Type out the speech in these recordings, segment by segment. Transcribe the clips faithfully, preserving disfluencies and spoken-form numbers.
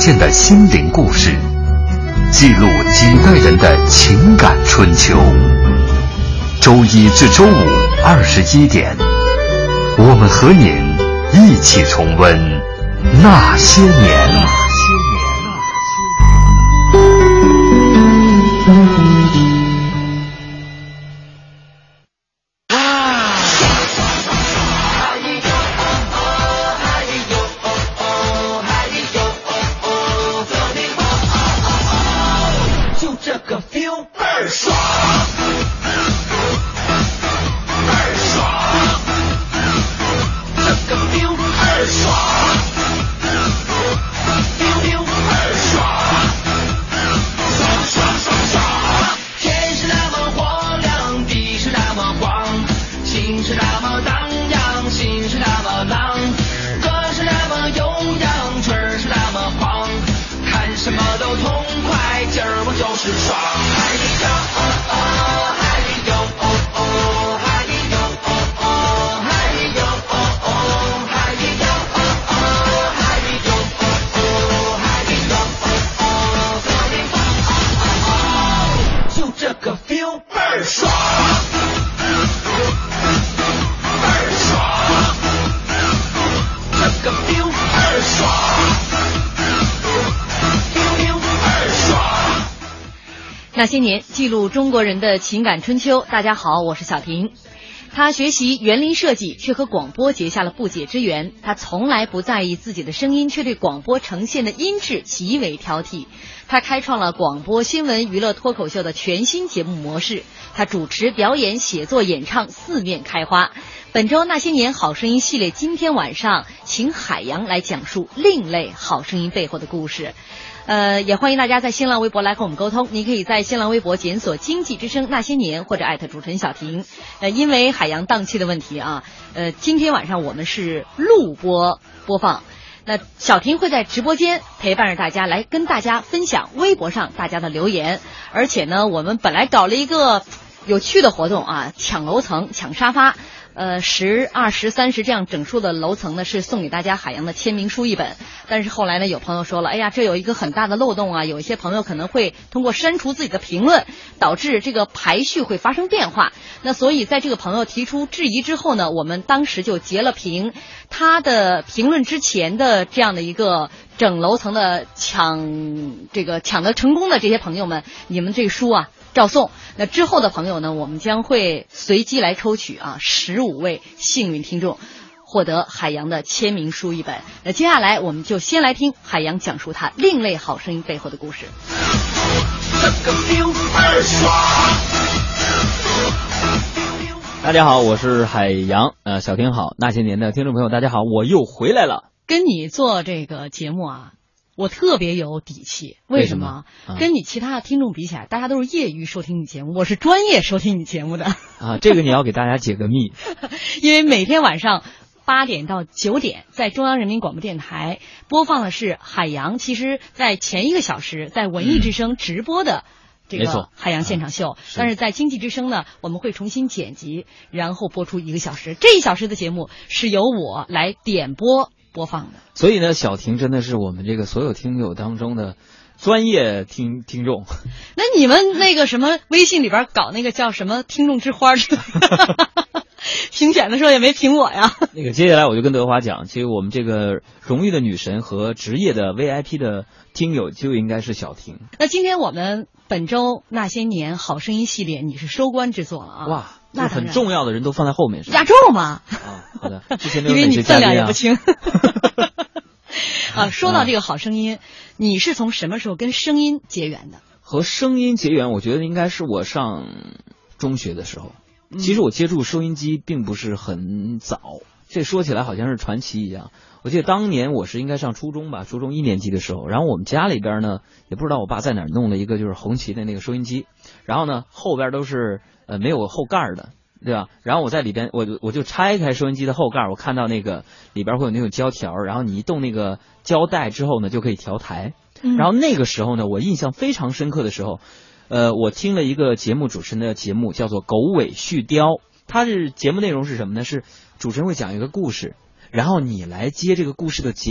见的心灵故事，记录几代人的情感春秋。周一至周五二十一点，我们和您一起重温那些年。 那些年，记录中国人的情感春秋。大家好，我是小婷。他学习园林设计，却和广播结下了不解之缘。他从来不在意自己的声音，却对广播呈现的音质极为挑剔。他开创了广播新闻娱乐脱口秀的全新节目模式。他主持、表演、写作、演唱四面开花。本周那些年好声音系列，今天晚上请海洋来讲述另类好声音背后的故事。呃，也欢迎大家在新浪微博来和我们沟通。你可以在新浪微博检索经济之声那些年，或者艾特主持人小婷。呃，因为海洋档期的问题啊，呃，今天晚上我们是录播播放。那小婷会在直播间陪伴着大家，来跟大家分享微博上大家的留言。而且呢，我们本来搞了一个有趣的活动啊，抢楼层、抢沙发。呃，十、二十、三十这样整数的楼层呢，是送给大家海洋的签名书一本。但是后来呢，有朋友说了，哎呀，这有一个很大的漏洞啊，有一些朋友可能会通过删除自己的评论，导致这个排序会发生变化。那所以在这个朋友提出质疑之后呢，我们当时就截了屏，他的评论之前的这样的一个整楼层的抢这个抢得成功的这些朋友们，你们这书啊照送。那之后的朋友呢，我们将会随机来抽取啊十五位幸运听众，获得海洋的签名书一本。那接下来我们就先来听海洋讲述他另类好声音背后的故事。 大家好，我是海洋。呃，小婷好，那些年的听众朋友大家好，我又回来了。 跟你做这个节目啊，我特别有底气。为什么？ 为什么？ 跟你其他的听众比起来，大家都是业余收听你节目，我是专业收听你节目的啊。这个你要给大家解个密。 因为每天晚上八点到九点，在中央人民广播电台播放的是海洋，其实在前一个小时在文艺之声直播的这个海洋现场秀， 啊、 但是在经济之声呢，我们会重新剪辑，然后播出一个小时。这一小时的节目是由我来点播播放的。 所以呢，小婷真的是我们这个所有听友当中的专业听听众。 那你们那个什么微信里边搞那个叫什么听众之花之类的评选的时候也没评我呀。 那个接下来我就跟德华讲，其实我们这个荣誉的女神和职业的 V I P 的听友就应该是小婷。 那今天我们本周那些年好声音系列你是收官之作了啊。 哇，那很重要的人都放在后面是吧？ 压轴嘛。 啊，好的。之前因为你分量也不轻。 啊， 说到这个好声音，你是从什么时候跟声音结缘的？ 和声音结缘，我觉得应该是我上中学的时候。其实我接触收音机并不是很早，这说起来好像是传奇一样。我记得当年我是应该上初中吧，初中一年级的时候，然后我们家里边呢，也不知道我爸在哪儿弄了一个就是红旗的那个收音机，然后呢后边都是呃没有后盖的，对吧？然后我在里边，我就我就拆开收音机的后盖，我看到那个里边会有那种胶条，然后你一动那个胶带之后呢，就可以调台。然后那个时候呢，我印象非常深刻的时候。呃，我听了一个节目主持人的节目，叫做《狗尾续貂》。它是节目内容是什么呢？是主持人会讲一个故事，然后你来接这个故事的结尾。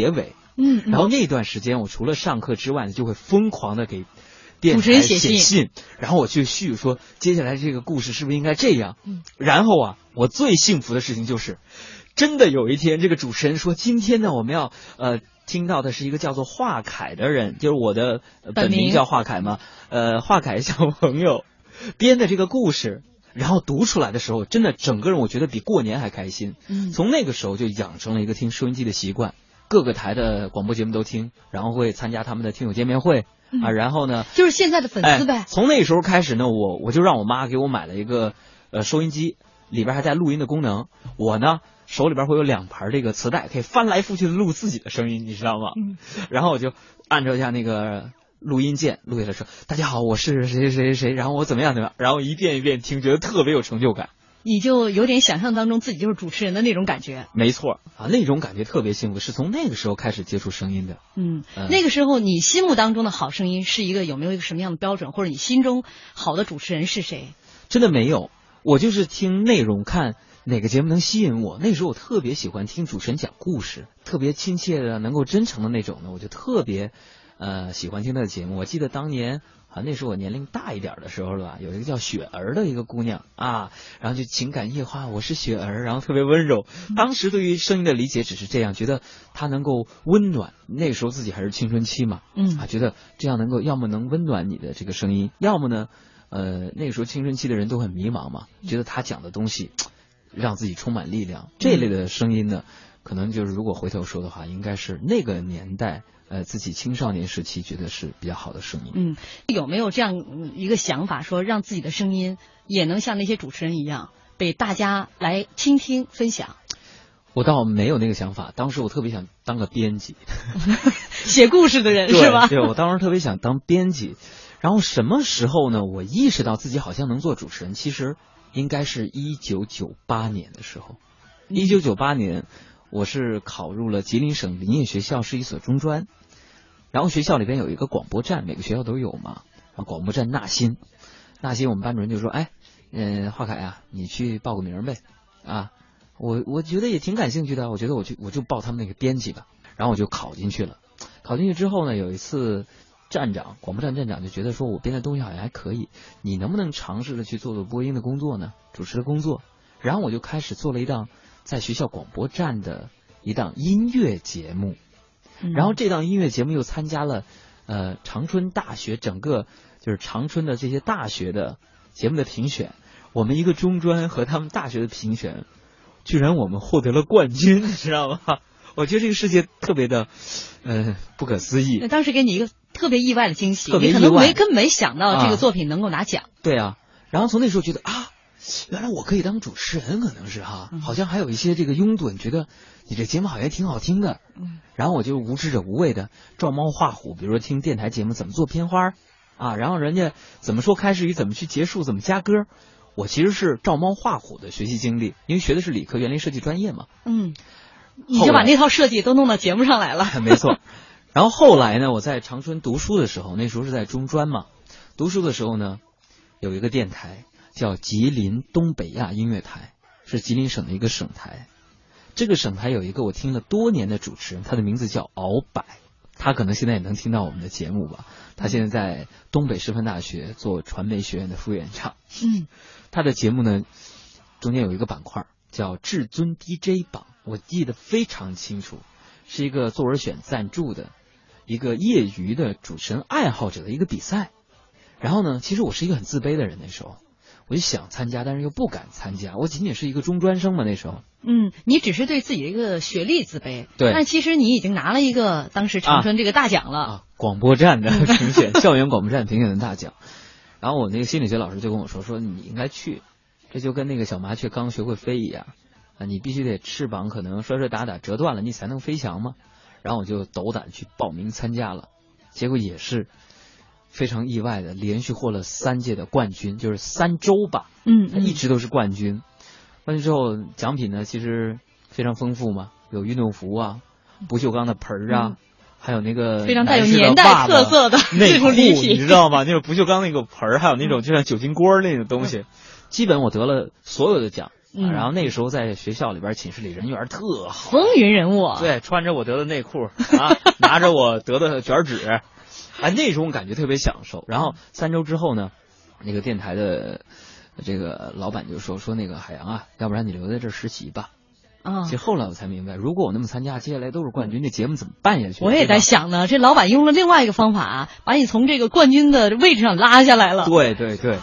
嗯， 然后那段时间我除了上课之外呢，就会疯狂的给电主持台人写信， 写信，然后我去叙说接下来这个故事是不是应该这样。 嗯， 然后啊，我最幸福的事情就是，真的有一天这个主持人说，今天呢我们要呃听到的是一个叫做华凯的人，就是我的本名叫华凯嘛，呃华凯小朋友编的这个故事。然后读出来的时候，真的整个人我觉得比过年还开心。 嗯， 从那个时候就养成了一个听收音机的习惯，各个台的广播节目都听，然后会参加他们的听友见面会、嗯、啊。然后呢， 就是现在的粉丝呗。 哎、从那个时候开始呢，我我就让我妈给我买了一个呃收音机，里边还带录音的功能。我呢手里边会有两盘这个磁带，可以翻来覆去的录自己的声音，你知道吗？嗯，然后我就按照一下那个录音键录下来说，大家好，我是谁谁谁谁，然后我怎么样怎么样，然后一遍一遍听，觉得特别有成就感。 你就有点想象当中自己就是主持人的那种感觉。 没错啊，那种感觉特别幸福，是从那个时候开始接触声音的。 嗯，嗯那个时候你心目当中的好声音是一个有没有一个什么样的标准，或者你心中好的主持人是谁？ 真的没有，我就是听内容，看哪个节目能吸引我。那时候我特别喜欢听主持人讲故事，特别亲切的能够真诚的那种的，我就特别呃喜欢听他的节目。我记得当年啊，那时候我年龄大一点的时候了吧，有一个叫雪儿的一个姑娘啊，然后就情感夜话，我是雪儿，然后特别温柔。当时对于声音的理解只是这样，觉得她能够温暖。那个时候自己还是青春期嘛， 嗯啊，觉得这样能够要么能温暖你的这个声音，要么呢，呃，那个时候青春期的人都很迷茫嘛，觉得他讲的东西让自己充满力量。这类的声音呢，可能就是如果回头说的话，应该是那个年代。呃，自己青少年时期觉得是比较好的声音。 嗯，有没有这样一个想法，说让自己的声音也能像那些主持人一样，被大家来倾听分享？ 我倒没有那个想法，当时我特别想当个编辑， 写故事的人是吧？ 对，我当时特别想当编辑。然后什么时候呢？我意识到自己好像能做主持人，其实应该是一九九八年的时候。一九九八年，我是考入了吉林省林业学校，是一所中专。然后学校里边有一个广播站，每个学校都有嘛。然后广播站纳新，纳新我们班主任就说：“哎，嗯、呃，华凯啊，你去报个名呗。”啊，我我觉得也挺感兴趣的，我觉得我去我就报他们那个编辑吧。然后我就考进去了。考进去之后呢，有一次站长，广播站站长就觉得说我编的东西好像还可以，你能不能尝试着去做做播音的工作呢？主持的工作。然后我就开始做了一档在学校广播站的一档音乐节目。然后这档音乐节目又参加了呃长春大学整个就是长春的这些大学的节目的评选，我们一个中专和他们大学的评选，居然我们获得了冠军，你知道吗？我觉得这个世界特别的呃不可思议。 那当时给你一个特别意外的惊喜， 特别意外， 你可能没根本没想到这个作品能够拿奖。 啊对啊，然后从那时候觉得啊，原来我可以当主持人，可能是哈， 嗯、 好像还有一些这个拥趸，觉得你这节目好像挺好听的。 嗯， 然后我就无知者无畏的照猫画虎，比如说听电台节目怎么做片花啊，然后人家怎么说开始语，怎么去结束，怎么加歌，我其实是照猫画虎的学习经历，因为学的是理科园林设计专业嘛。 嗯，你就把那套设计都弄到节目上来了。 没错。然后后来呢，我在长春读书的时候，那时候是在中专嘛，读书的时候呢，有一个电台叫吉林东北亚音乐台，是吉林省的一个省台。这个省台有一个我听了多年的主持人，他的名字叫敖柏，他可能现在也能听到我们的节目吧。他现在在东北师范大学做传媒学院的副院长。 嗯， 他的节目呢，中间有一个板块叫至尊 D J 榜，我记得非常清楚，是一个作文选赞助的一个业余的主持人爱好者的一个比赛。然后呢，其实我是一个很自卑的人，那时候我就想参加，但是又不敢参加。我仅仅是一个中专生嘛，那时候。 嗯，你只是对自己的一个学历自卑， 对。 但其实你已经拿了一个当时长春这个大奖了。 啊，啊广播站的评选，校园广播站评选的大奖。然后我那个心理学老师就跟我说，说你应该去，这就跟那个小麻雀刚学会飞一样啊，你必须得翅膀可能摔摔打打折断了，你才能飞翔嘛。然后我就斗胆去报名参加了，结果也是非常意外的，连续获了三届的冠军，就是三周吧， 嗯， 他一直都是冠军。冠军之后奖品呢，其实非常丰富嘛，有运动服啊，不锈钢的盆儿啊，嗯、还有那个非常带有年代特色的内裤，你知道吗？那种不锈钢那个盆儿，还有那种就像酒精锅那种东西。嗯、基本我得了所有的奖， 嗯， 然后那个时候在学校里边寝室里人缘特好， 风云人物。 对，穿着我得的内裤啊，拿着我得的卷纸，哎，那种感觉特别享受。然后三周之后呢，那个电台的这个老板就说说那个海洋啊，要不然你留在这儿实习吧。 啊， 其实后来我才明白，如果我那么参加，接下来都是冠军，这节目怎么办下去？ 我也在想呢，这老板用了另外一个方法，把你从这个冠军的位置上拉下来了。 对对对。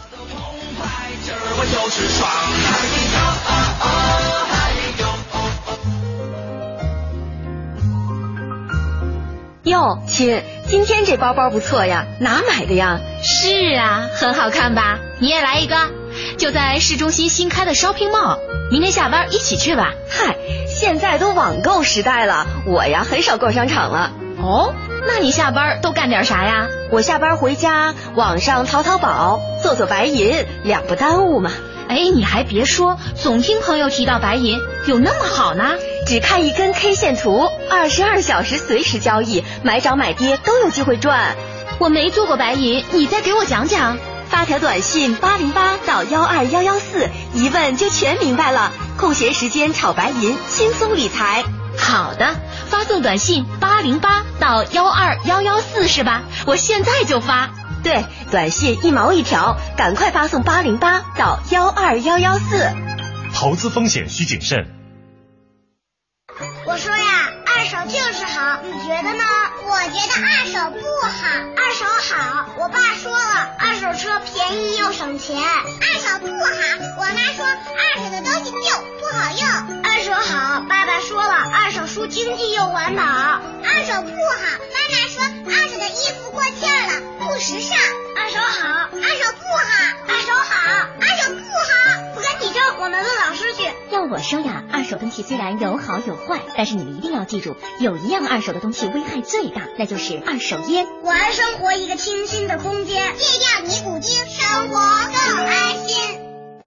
哟，亲，今天这包包不错呀，哪买的呀？ 是啊，很好看吧？你也来一个，就在市中心新开的 shopping mall， 明天下班一起去吧。 嗨，现在都网购时代了，我呀很少逛商场了。 哦，那你下班都干点啥呀？ 我下班回家，网上淘淘宝，做做白银，两不耽误嘛。 哎，你还别说，总听朋友提到白银，有那么好呢？ 只看一根 K 线图，二十二小时随时交易，买涨买跌都有机会赚。 我没做过白银，你再给我讲讲。 发条短信八零八到幺二幺幺四，一问就全明白了。空闲时间炒白银，轻松理财。 好的，发送短信八零八到幺二幺幺四是吧？我现在就发。 对，短信一毛一条，赶快发送八零八到幺二幺幺四。 投资风险需谨慎。 我说呀，二手就是好，你觉得呢？我觉得二手不好。二手好，我爸说了，二手车便宜又省钱。二手不好，我妈说二手的东西旧不好用。二手好，爸爸说了，二手书经济又环保。二手不好，妈妈说二手的衣服过气儿了，不时尚。二手好，二手不好，二手好，二手不好。不跟你争，我能问老师去。 要我说呀，二手东西虽然有好有坏，但是你们一定要记住，有一样二手的东西危害最大，那就是二手烟。 我爱生活一个清新的空间，戒掉尼古丁，生活更安心。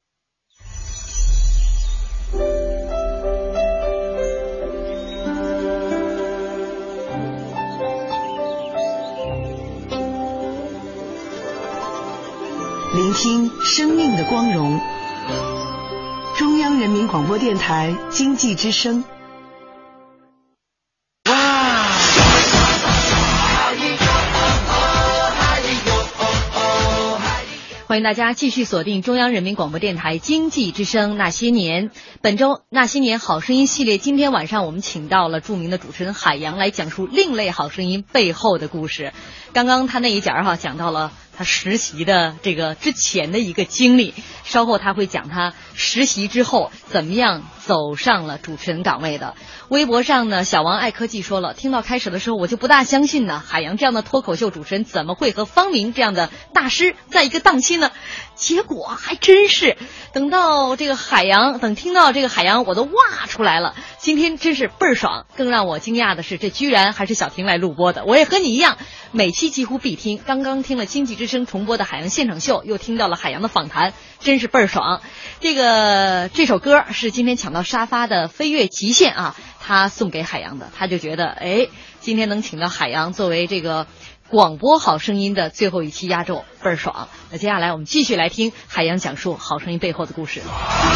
聆听生命的光荣。中央人民广播电台经济之声。 欢迎大家继续锁定中央人民广播电台经济之声那些年。本周那些年好声音系列，今天晚上我们请到了著名的主持人海洋来讲述另类好声音背后的故事。刚刚他那一讲哈讲到了他实习的这个之前的一个经历，稍后他会讲他实习之后怎么样走上了主持人岗位的。微博上呢，小王爱科技说了，听到开始的时候我就不大相信呢，海洋这样的脱口秀主持人怎么会和方明这样的大师在一个档期呢？结果还真是，等到这个海洋，等听到这个海洋，我都哇出来了。今天真是倍儿爽，更让我惊讶的是，这居然还是小婷来录播的。我也和你一样，每期几乎必听。刚刚听了经济之声重播的海洋现场秀，又听到了海洋的访谈，真是倍儿爽。这个这首歌是今天抢到沙发的飞跃极限啊，他送给海洋的，他就觉得哎，今天能请到海洋作为这个广播好声音的最后一期压轴，倍儿爽。那接下来我们继续来听海洋讲述好声音背后的故事。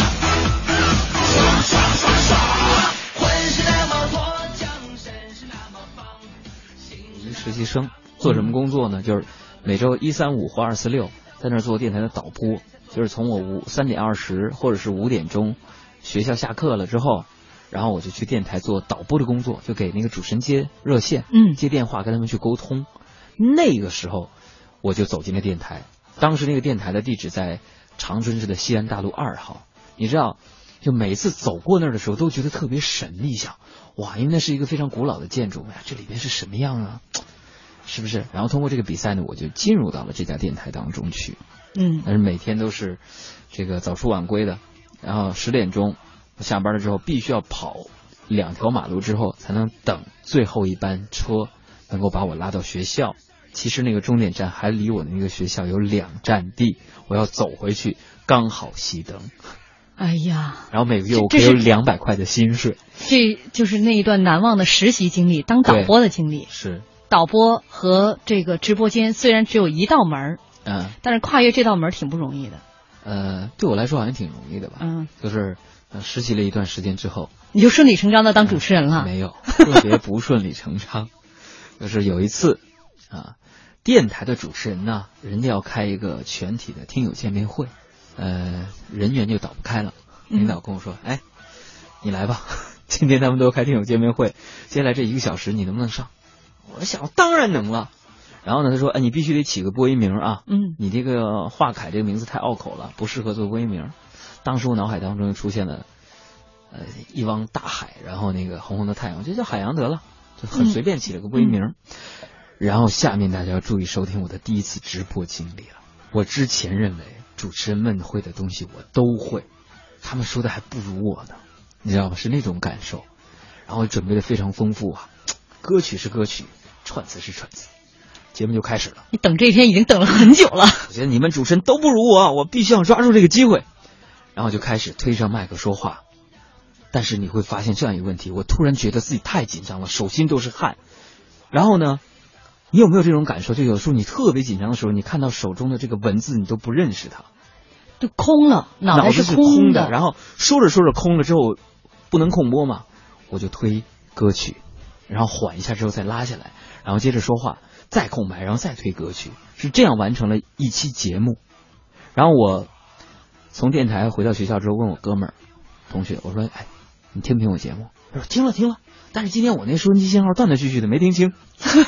实习生做什么工作呢？就是每周一三五或二四六在那儿做电台的导播，就是从我五三点二十或者是五点钟学校下课了之后，然后我就去电台做导播的工作，就给那个主持人接热线， 嗯， 接电话跟他们去沟通。那个时候我就走进了电台，当时那个电台的地址在长春市的西安大路二号。你知道，就每次走过那儿的时候都觉得特别神秘，想哇，因为那是一个非常古老的建筑，哎呀，这里边是什么样啊？是不是？然后通过这个比赛呢，我就进入到了这家电台当中去。 嗯， 但是每天都是这个早出晚归的，然后十点钟下班了之后，必须要跑两条马路之后才能等最后一班车能够把我拉到学校。其实那个终点站还离我的那个学校有两站地，我要走回去，刚好熄灯。 哎呀， 然后每个月我可以有两百块的薪水。 这就是那一段难忘的实习经历，当导播的经历。 是导播和这个直播间虽然只有一道门， 嗯， 但是跨越这道门挺不容易的。 呃，对我来说好像挺容易的吧。 嗯， 就是呃实习了一段时间之后， 你就顺理成章的当主持人了？ 呃、没有，特别不顺理成章。就是有一次啊，电台的主持人呢，人家要开一个全体的听友见面会，呃，人员就倒不开了。领导跟我说：“嗯、哎，你来吧，今天他们都开听友见面会，接下来这一个小时你能不能上？”我想当然能了。然后呢，他说：“哎，你必须得起个播音名啊， 嗯， 你这个华凯这个名字太拗口了，不适合做播音名。”当时我脑海当中出现了呃一汪大海，然后那个红红的太阳，这叫海洋得了。就很随便起了个播音名、嗯嗯、然后下面大家要注意收听我的第一次直播经历了。我之前认为主持人们会的东西我都会，他们说的还不如我呢，你知道吗？是那种感受。然后准备的非常丰富啊，歌曲是歌曲，串词是串词，节目就开始了。 你等这一天已经等了很久了。 我觉得你们主持人都不如我，我必须要抓住这个机会。然后就开始推上麦克说话。但是你会发现这样一个问题，我突然觉得自己太紧张了，手心都是汗。然后呢，你有没有这种感受？就有时候你特别紧张的时候，你看到手中的这个文字，你都不认识它， 就空了，脑袋是空 的, 空的。然后说着说着空了之后，不能空播嘛，我就推歌曲，然后缓一下之后再拉下来，然后接着说话，再空白，然后再推歌曲，是这样完成了一期节目。然后我从电台回到学校之后，问我哥们儿同学，我说：“哎，你听不听我节目？”他说：“听了听了，但是今天我那收音机信号断断续续的，没听清。”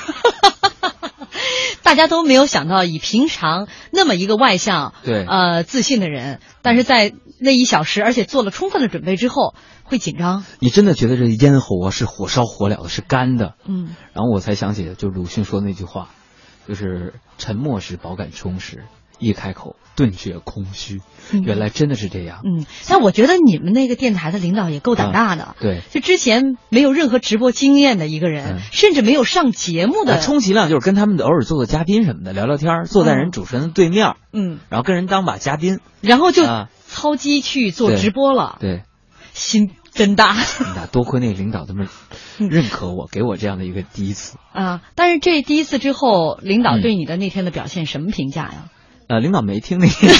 大家都没有想到，以平常那么一个外向、 对呃自信的人，但是在那一小时，而且做了充分的准备之后，会紧张。 你真的觉得这咽喉啊是火烧火燎的，是干的。 嗯。 然后我才想起，就鲁迅说的那句话，就是沉默时饱感充实，一开口顿觉空虚。 嗯、 原来真的是这样。 嗯，但我觉得你们那个电台的领导也够胆大的。 啊、对， 就之前没有任何直播经验的一个人，嗯、甚至没有上节目的， 啊、充其量就是跟他们偶尔做做嘉宾什么的，聊聊天，坐在人主持人的对面， 嗯， 然后跟人当把嘉宾， 然后就操机去做直播了。 啊、对，对心真大。 那多亏那个领导他们认可我，给我这样的一个第一次啊。但是这第一次之后，领导对你的那天的表现什么评价呀？ 嗯、呃，领导没听那天。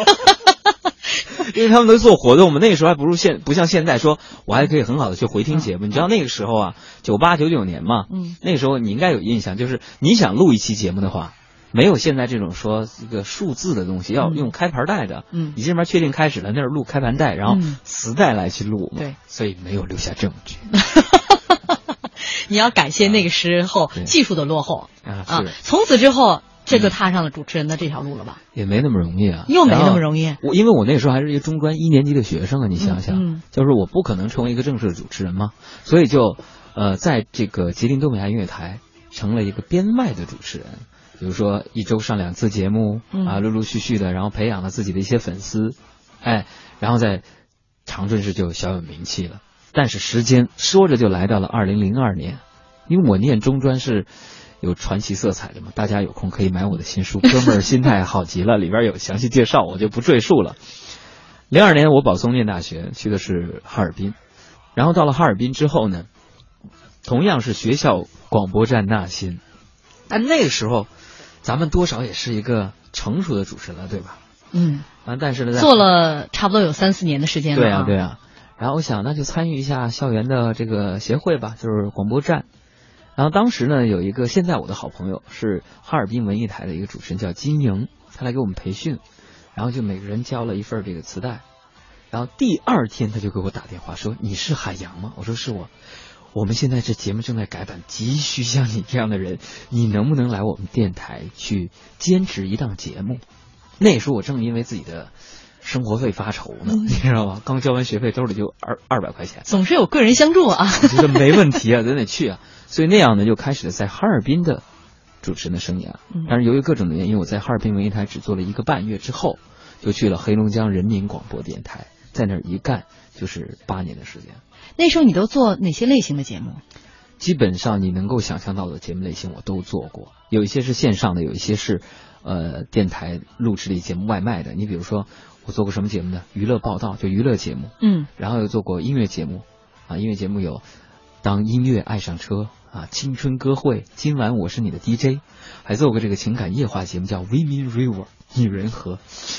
因为他们都做活动嘛，那个时候还不如现不像现在说，我还可以很好的去回听节目。嗯、你知道那个时候啊，九八九九年嘛， 嗯， 那个时候你应该有印象，就是你想录一期节目的话，没有现在这种说这个数字的东西，要用开盘带的。 嗯， 你这边确定开始了，那是录开盘带，然后磁带来去录嘛。 对， 所以没有留下证据。 你要感谢那个时候、啊、技术的落后啊， 啊，从此之后。这就踏上了主持人的这条路了吧？ 也没那么容易啊， 又没那么容易。 我因为我那时候还是一个中专一年级的学生啊，你想想， 嗯嗯、 就是我不可能成为一个正式的主持人嘛，所以就呃，在这个吉林东北亚音乐台成了一个编外的主持人，比如说一周上两次节目、 嗯、 啊，陆陆续续的，然后培养了自己的一些粉丝，哎，然后在长春市就小有名气了。但是时间说着就来到了二零零二年，因为我念中专是。有传奇色彩的嘛？大家有空可以买我的新书《哥们儿心态好极了》，里边有详细介绍，我就不赘述了。零二年我保送念大学，去的是哈尔滨，然后到了哈尔滨之后呢，同样是学校广播站纳新，但那个时候咱们多少也是一个成熟的主持人了，对吧？ 嗯， 啊，但是呢， 做了差不多有三四年的时间了、啊。 对啊，对啊。然后我想，那就参与一下校园的这个协会吧，就是广播站。然后当时呢，有一个现在我的好朋友是哈尔滨文艺台的一个主持人叫金莹，他来给我们培训，然后就每个人交了一份这个磁带，然后第二天他就给我打电话说：“你是海洋吗？”我说：“是我。”我们现在这节目正在改版，急需像你这样的人，你能不能来我们电台去兼职一档节目？那时候我正因为自己的生活费发愁呢，嗯、你知道吗？刚交完学费，兜里就二二百块钱， 总是有贵人相助啊。 我觉得没问题啊，咱得去啊。所以那样呢，就开始了在哈尔滨的主持人的生涯。但是由于各种的原因，我在哈尔滨文艺台只做了一个半月之后，就去了黑龙江人民广播电台，在那儿一干就是八年的时间。 那时候你都做哪些类型的节目？ 基本上你能够想象到的节目类型我都做过，有一些是线上的，有一些是呃电台录制的节目外卖的。你比如说我做过什么节目呢？娱乐报道，就娱乐节目。 嗯， 然后又做过音乐节目啊，音乐节目有当音乐爱上车啊，青春歌会，今晚我是你的 D J， 还做过这个情感夜话节目叫 Women River 女人河。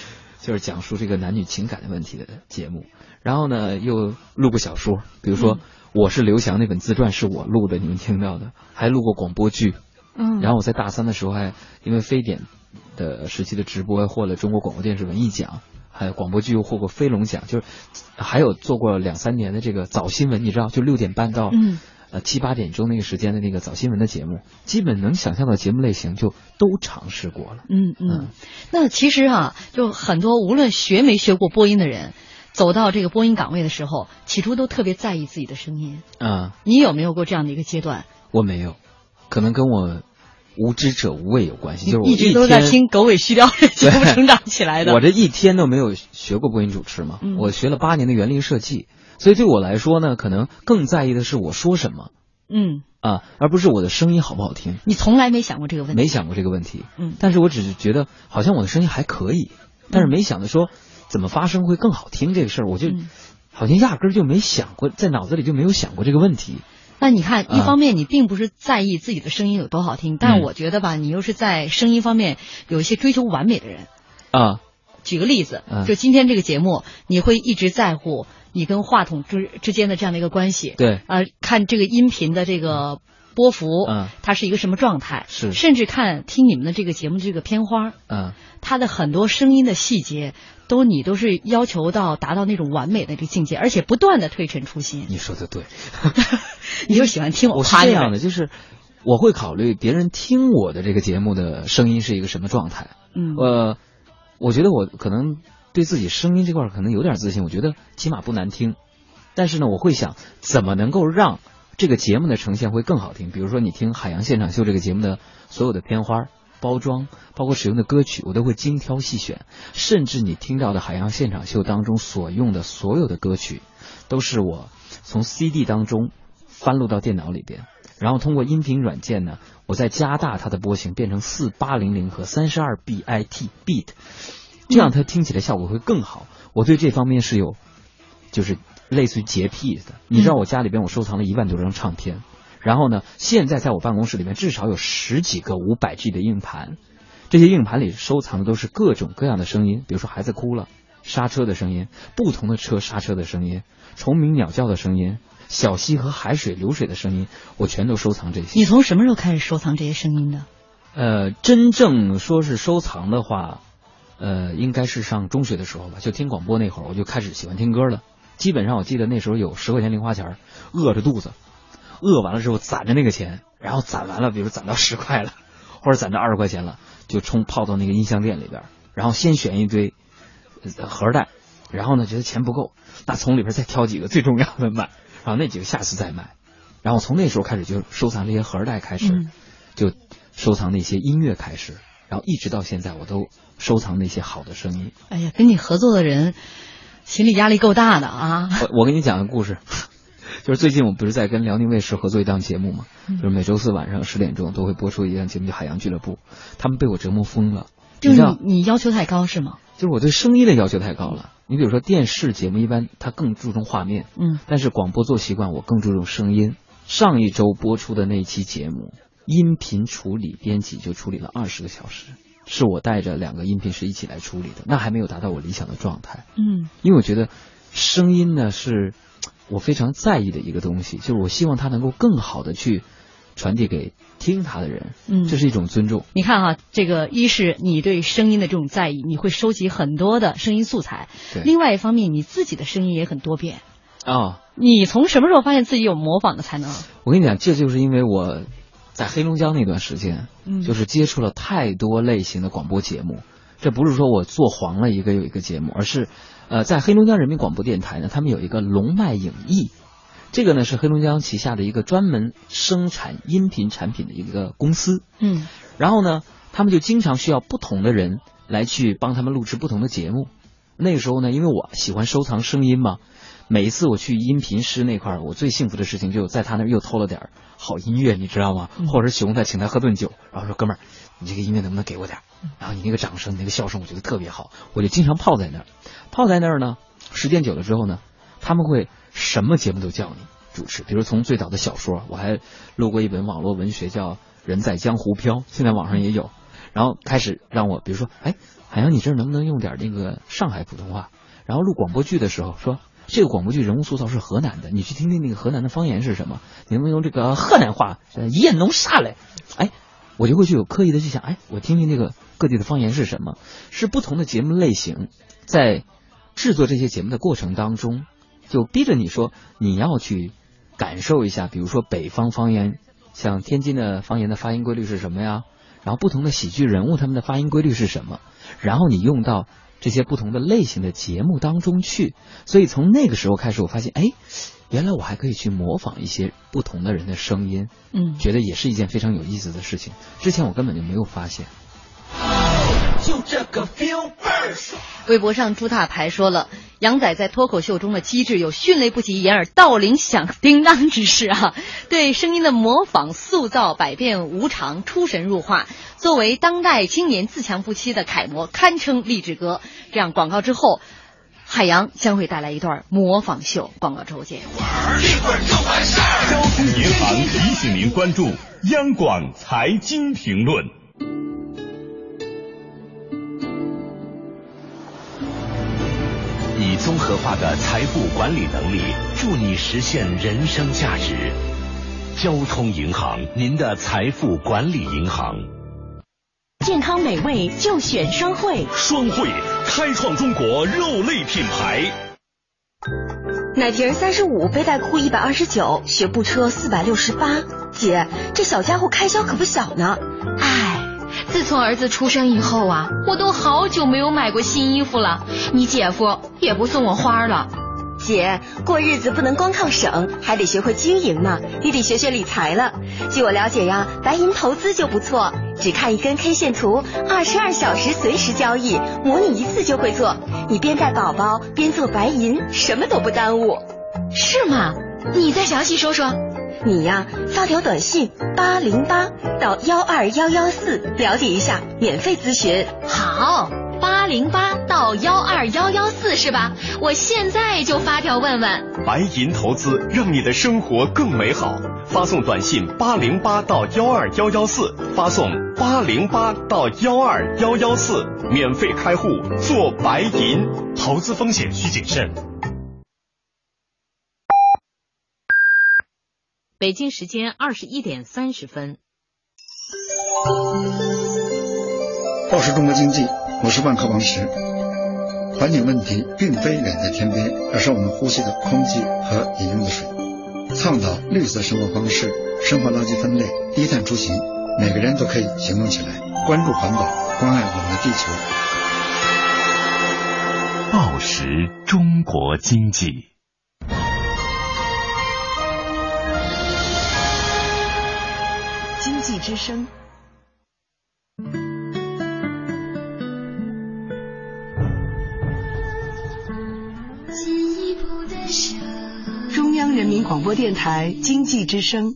就是讲述这个男女情感的问题的节目。然后呢，又录过小说，比如说《我是刘翔》那本自传是我录的，你们听到的，还录过广播剧。 嗯， 然后我在大三的时候还因为非典的时期的直播获了中国广播电视文艺奖，还有广播剧又获过飞龙奖，就是还有做过两三年的这个早新闻，你知道，就六点半到嗯呃七八点钟那个时间的那个早新闻的节目，基本能想象到节目类型就都尝试过了。 嗯嗯，那其实啊，就很多无论学没学过播音的人，走到这个播音岗位的时候，起初都特别在意自己的声音。 啊、 你有没有过这样的一个阶段？ 我没有，可能跟我无知者无畏有关系，就是我一直都在听狗尾续貂的节目成长起来的。 我这一天都没有学过播音主持嘛， 嗯、 我学了八年的园林设计，所以对我来说呢，可能更在意的是我说什么， 嗯啊，而不是我的声音好不好听。 你从来没想过这个问题？ 没想过这个问题， 嗯， 但是我只是觉得好像我的声音还可以，但是没想到说怎么发声会更好听这个事儿，我就、 嗯、 好像压根儿就没想过，在脑子里就没有想过这个问题。 那你看，一方面你并不是在意自己的声音有多好听，嗯、但我觉得吧，你又是在声音方面有一些追求完美的人啊。 举个例子， 啊、 就今天这个节目，你会一直在乎你跟话筒之之间的这样的一个关系。 对， 呃，看这个音频的这个波幅， 嗯， 它是一个什么状态？ 是， 甚至看听你们的这个节目这个片花， 嗯， 它的很多声音的细节，都你都是要求到达到那种完美的这个境界，而且不断的推陈出新。 你说的对。 你就喜欢听我夸是这样的，就是我会考虑别人听我的这个节目的声音是一个什么状态。 嗯， 呃，我觉得我可能对自己声音这块可能有点自信，我觉得起码不难听。但是呢，我会想怎么能够让这个节目的呈现会更好听。比如说你听《海洋现场秀》这个节目的所有的片花、包装，包括使用的歌曲，我都会精挑细选。甚至你听到的《海洋现场秀》当中所用的所有的歌曲，都是我从 C D 当中翻录到电脑里边，然后通过音频软件呢，我再加大它的波形，变成四八零零和三十二 bit beat， 这样它听起来效果会更好。我对这方面是有就是类似于洁癖的。你知道我家里边我收藏了一万多张唱片，然后呢，现在在我办公室里面至少有十几个五百 G 的硬盘，这些硬盘里收藏的都是各种各样的声音，比如说孩子哭了，刹车的声音，不同的车刹车的声音，虫鸣鸟叫的声音，小溪和海水流水的声音，我全都收藏这些。 你从什么时候开始收藏这些声音的？ 呃，真正说是收藏的话，呃，应该是上中学的时候吧，就听广播那会儿，我就开始喜欢听歌了。基本上我记得那时候有十块钱零花钱，饿着肚子，饿完了之后攒着那个钱，然后攒完了，比如攒到十块了，或者攒到二十块钱了，就冲泡到那个音像店里边，然后先选一堆盒带，然后呢觉得钱不够，那从里边再挑几个最重要的买，然后那几个下次再买，然后从那时候开始就收藏这些盒带开始， 嗯、 就收藏那些音乐开始，然后一直到现在我都收藏那些好的声音。 哎呀，跟你合作的人心理压力够大的啊！ 我我给你讲个故事，就是最近我不是在跟辽宁卫视合作一档节目嘛， 嗯、 就是每周四晚上十点钟都会播出一档节目叫《海洋俱乐部》，他们被我折磨疯了。 就是你你要求太高是吗？ 就是我对声音的要求太高了。你比如说电视节目一般它更注重画面， 嗯， 但是广播做习惯我更注重声音。上一周播出的那一期节目，音频处理编辑就处理了二十个小时。是我带着两个音频师一起来处理的，那还没有达到我理想的状态。 嗯， 因为我觉得声音呢是我非常在意的一个东西，就是我希望它能够更好的去传递给听它的人， 嗯， 这是一种尊重。 你看哈，这个一是你对声音的这种在意，你会收集很多的声音素材；另外一方面，你自己的声音也很多变啊、哦。 你从什么时候发现自己有模仿的才能？ 我跟你讲，这就是因为我在黑龙江那段时间， 嗯， 就是接触了太多类型的广播节目。这不是说我做黄了一个有一个节目，而是呃，在黑龙江人民广播电台呢，他们有一个龙脉影艺，这个呢是黑龙江旗下的一个专门生产音频产品的一个公司。 嗯， 然后呢，他们就经常需要不同的人来去帮他们录制不同的节目。那个时候呢，因为我喜欢收藏声音嘛，每一次我去音频师那块儿，我最幸福的事情就在他那儿又偷了点好音乐，你知道吗？ 嗯、 或者是熊他请他喝顿酒，然后说哥们儿，你这个音乐能不能给我点？然后你那个掌声，你那个笑声，我觉得特别好，我就经常泡在那儿。泡在那儿呢，时间久了之后呢，他们会什么节目都叫你主持，比如从最早的小说，我还录过一本网络文学叫《人在江湖飘》，现在网上也有。 然后开始让我，比如说，哎，海洋，你这儿能不能用点那个上海普通话？然后录广播剧的时候说，这个广播剧人物塑造是河南的，你去听听那个河南的方言是什么？你能不能用这个河南话？燕农啥嘞？哎，我就会去有刻意的去想，哎，我听听那个各地的方言是什么？是不同的节目类型，在制作这些节目的过程当中，就逼着你说你要去感受一下，比如说北方方言，像天津的方言的发音规律是什么呀？然后不同的喜剧人物他们的发音规律是什么？然后你用到这些不同的类型的节目当中去。所以从那个时候开始，我发现，哎，原来我还可以去模仿一些不同的人的声音， 嗯， 觉得也是一件非常有意思的事情。之前我根本就没有发现。 就这个 feel 倍儿爽。 微博上朱大牌说了，杨仔在脱口秀中的机智有迅雷不及掩耳盗铃响叮当之势啊，对声音的模仿塑造百变无常，出神入化，作为当代青年自强不息的楷模，堪称励志歌。这样广告之后，海洋将会带来一段模仿秀。广告之后见。 一会儿就完事儿。 交通银行提醒您关注央广财经评论。 以综合化的财富管理能力，助你实现人生价值。交通银行，您的财富管理银行。 健康美味就选双汇， 双汇开创中国肉类品牌。 奶瓶三十五，背带裤一百二十九，学步车四百六十八。姐，这小家伙开销可不小呢。 唉。自从儿子出生以后啊，我都好久没有买过新衣服了。你姐夫也不送我花了。 姐，过日子不能光靠省，还得学会经营呢。你得学学理财了。据我了解呀，白银投资就不错，只看一根 K 线图，二十二小时随时交易，模拟一次就会做。你边带宝宝边做白银，什么都不耽误。 是吗？你再详细说说。 你呀，发条短信八零八到幺二幺幺四了解一下，免费咨询。 好，八零八到幺二幺幺四是吧？我现在就发条问问。 白银投资让你的生活更美好，发送短信八零八到幺二幺幺四，发送八零八到幺二幺幺四，免费开户做白银，投资风险需谨慎。 北京时间二十一点三十分。 报时中国经济，我是万科王石。环境问题并非远在天边，而是我们呼吸的空气和饮用的水。倡导绿色生活方式，生活垃圾分类，低碳出行，每个人都可以行动起来，关注环保，关爱我们的地球。 报时中国经济。 经济之声。中央人民广播电台经济之声。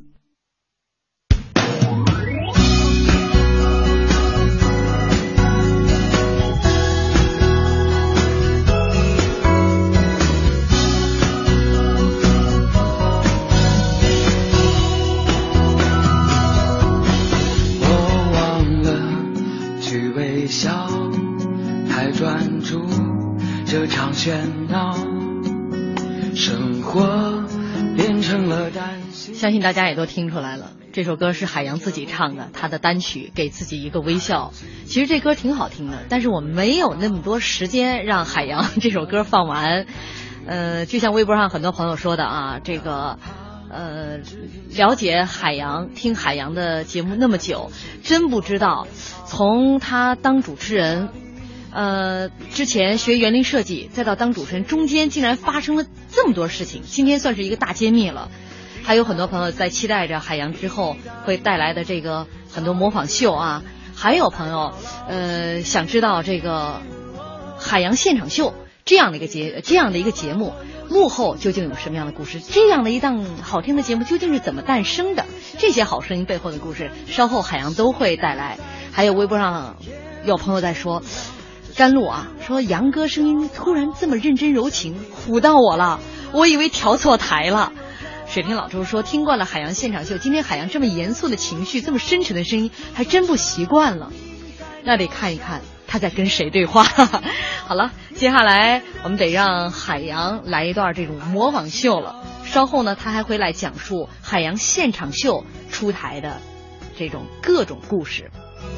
专注这场喧闹，生活变成了担心。 相信大家也都听出来了，这首歌是海洋自己唱的，他的单曲《给自己一个微笑》。其实这歌挺好听的，但是我们没有那么多时间让海洋这首歌放完。呃，就像微博上很多朋友说的啊，这个呃，了解海洋、听海洋的节目那么久，真不知道从他当主持人。呃，之前学园林设计，再到当主持人，中间竟然发生了这么多事情，今天算是一个大揭秘了。还有很多朋友在期待着海洋之后会带来的这个很多模仿秀啊，还有朋友呃想知道这个海洋现场秀这样的一个节这样的一个节目幕后究竟有什么样的故事，这样的一档好听的节目究竟是怎么诞生的，这些好声音背后的故事稍后海洋都会带来。还有微博上有朋友在说，甘露啊，说杨哥声音突然这么认真柔情，唬到我了，我以为调错台了。水瓶老周说，听惯了海洋现场秀，今天海洋这么严肃的情绪，这么深沉的声音，还真不习惯了。 那得看一看他在跟谁对话。好了，接下来我们得让海洋来一段这种模仿秀了。稍后呢，他还会来讲述海洋现场秀出台的这种各种故事。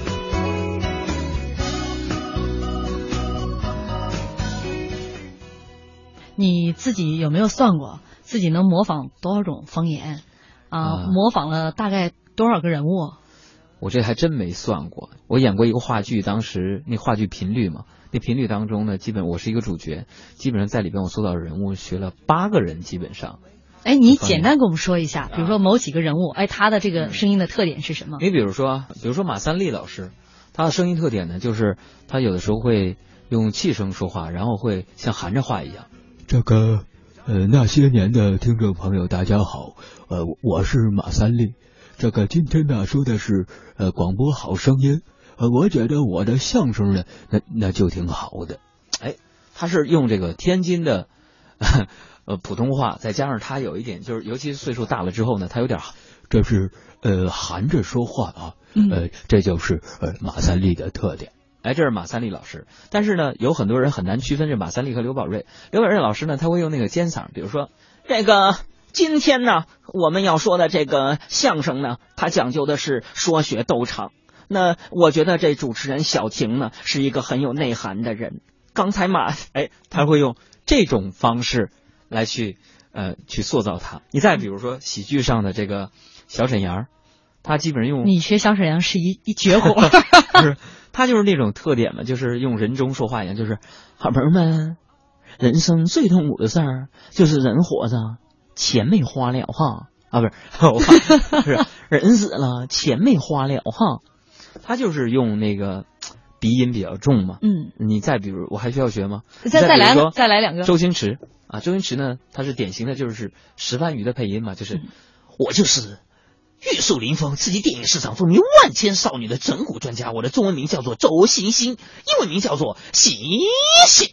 你自己有没有算过自己能模仿多少种方言啊？ 啊模仿了大概多少个人物？ 我这还真没算过。我演过一个话剧，当时那话剧频率嘛，那频率当中呢，基本我是一个主角，基本上在里边我塑造人物学了八个人，基本上。 哎，你简单跟我们说一下，比如说某几个人物，哎，他的这个声音的特点是什么？ 你比如说，比如说马三立老师，他的声音特点呢，就是他有的时候会用气声说话，然后会像含着话一样。 这个，呃，那些年的听众朋友，大家好，呃，我是马三立。这个今天呢说的是呃广播好声音，呃，我觉得我的相声呢，那那就挺好的。 哎，他是用这个天津的呃普通话，再加上他有一点就是，尤其是岁数大了之后呢，他有点， 这是呃含着说话啊，呃，这就是呃马三立的特点。 哎，这是马三立老师，但是呢，有很多人很难区分这马三立和刘宝瑞。刘宝瑞老师呢，他会用那个尖嗓，比如说这个今天呢，我们要说的这个相声呢，它讲究的是说学逗唱。那我觉得这主持人小婷呢，是一个很有内涵的人。刚才马，哎，他会用这种方式来去呃去塑造他。你再比如说喜剧上的这个小沈阳，他基本上用你学小沈阳是一一绝活。 不是。他就是那种特点嘛，就是用人中说话一样，就是好朋友们，人生最痛苦的事儿就是人活着，钱没花了哈啊，不是，我不是人死了，钱没花了哈。他就是用那个鼻音比较重嘛， 嗯， 你再比如，我还需要学吗？ 再再来再来两个。 周星驰啊，周星驰呢，他是典型的就是石斑鱼的配音嘛，就是、嗯、我就是。玉树临风，刺激电影市场风靡万千少女的整蛊专家。我的中文名叫做周星星，英文名叫做星星。